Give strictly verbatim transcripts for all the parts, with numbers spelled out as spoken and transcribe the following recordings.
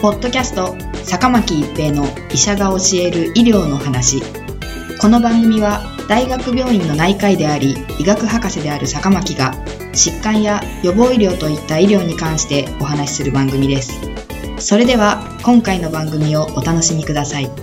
ポッドキャスト坂巻一平の医者が教える医療の話。この番組は大学病院の内科医であり医学博士である坂巻が疾患や予防医療といった医療に関してお話しする番組です。それでは今回の番組をお楽しみください。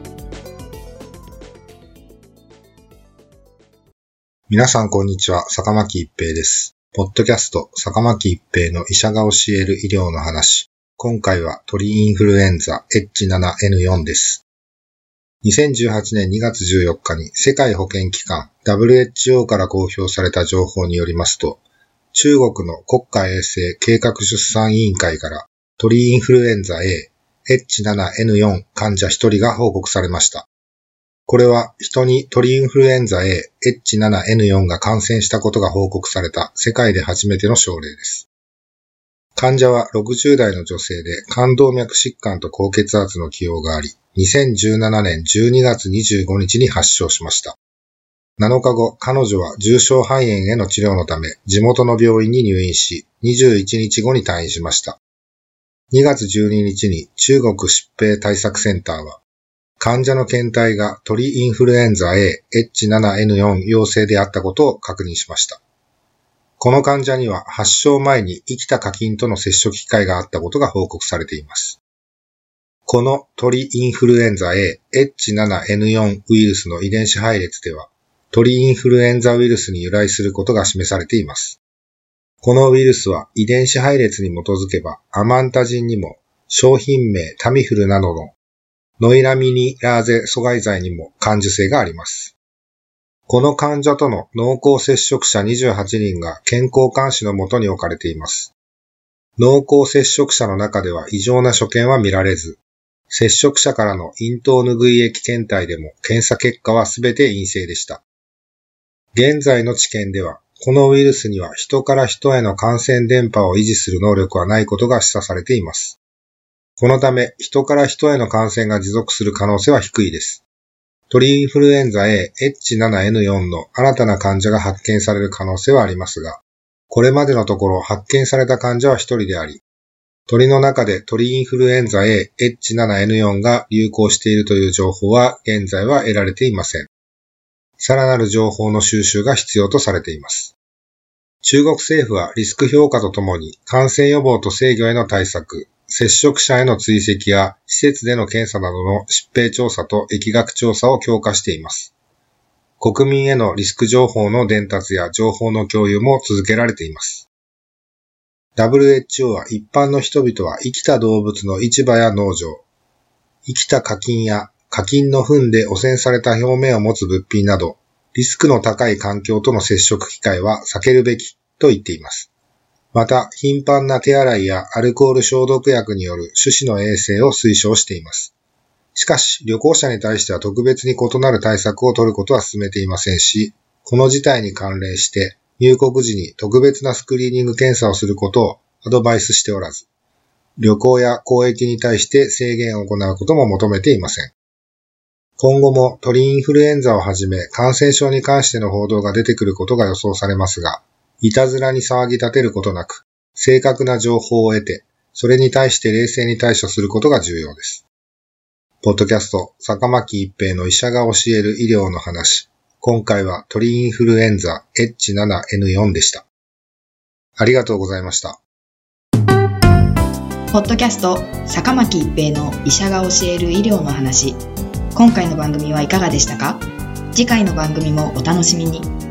皆さんこんにちは、坂巻一平です。ポッドキャスト坂巻一平の医者が教える医療の話。今回は鳥インフルエンザ エイチセブンエヌフォー です。にせんじゅうはちねんにがつじゅうよっかに世界保健機関 ダブリューエイチオー から公表された情報によりますと、中国の国家衛生計画出産委員会から鳥インフルエンザ A エイチセブンエヌフォー 患者ひとりが報告されました。これは人に鳥インフルエンザ A エイチセブンエヌフォー が感染したことが報告された世界で初めての症例です。患者はろくじゅうだいの女性で冠動脈疾患と高血圧の既往があり、にせんじゅうななねんじゅうにがつにじゅうごにちに発症しました。なのかご、彼女は重症肺炎への治療のため地元の病院に入院し、にじゅういちにちごに退院しました。にがつじゅうににちに中国疾病対策センターは、患者の検体が鳥インフルエンザ A エイチセブンエヌフォー 陽性であったことを確認しました。この患者には発症前に生きた家菌との接触機会があったことが報告されています。この鳥インフルエンザ A エイチセブンエヌフォー ウイルスの遺伝子配列では、鳥インフルエンザウイルスに由来することが示されています。このウイルスは遺伝子配列に基づけばアマンタジンにも商品名タミフルなどのノイラミニラーゼ阻害剤にも感受性があります。この患者との濃厚接触者にじゅうはちにんが健康監視のもとに置かれています。濃厚接触者の中では異常な所見は見られず、接触者からの咽頭拭い液検体でも検査結果はすべて陰性でした。現在の知見では、このウイルスには人から人への感染伝播を維持する能力はないことが示唆されています。このため、人から人への感染が持続する可能性は低いです。鳥インフルエンザ A エイチセブンエヌフォー の新たな患者が発見される可能性はありますが、これまでのところ発見された患者はひとりであり、鳥の中で鳥インフルエンザ A エイチセブンエヌフォー が流行しているという情報は現在は得られていません。さらなる情報の収集が必要とされています。中国政府はリスク評価とともに感染予防と制御への対策、接触者への追跡や施設での検査などの疾病調査と疫学調査を強化しています。国民へのリスク情報の伝達や情報の共有も続けられています。ダブリューエイチオー は一般の人々は生きた動物の市場や農場、生きた家菌や家菌の糞で汚染された表面を持つ物品など、リスクの高い環境との接触機会は避けるべきと言っています。また、頻繁な手洗いやアルコール消毒薬による手指の衛生を推奨しています。しかし、旅行者に対しては特別に異なる対策を取ることは進めていませんし、この事態に関連して入国時に特別なスクリーニング検査をすることをアドバイスしておらず、旅行や交易に対して制限を行うことも求めていません。今後も鳥インフルエンザをはじめ感染症に関しての報道が出てくることが予想されますが、いたずらに騒ぎ立てることなく、正確な情報を得て、それに対して冷静に対処することが重要です。ポッドキャスト、坂巻一平の医者が教える医療の話。今回は鳥インフルエンザ エイチセブンエヌフォー でした。ありがとうございました。 ポッドキャスト、坂巻一平の医者が教える医療の話。今回の番組はいかがでしたか？次回の番組もお楽しみに。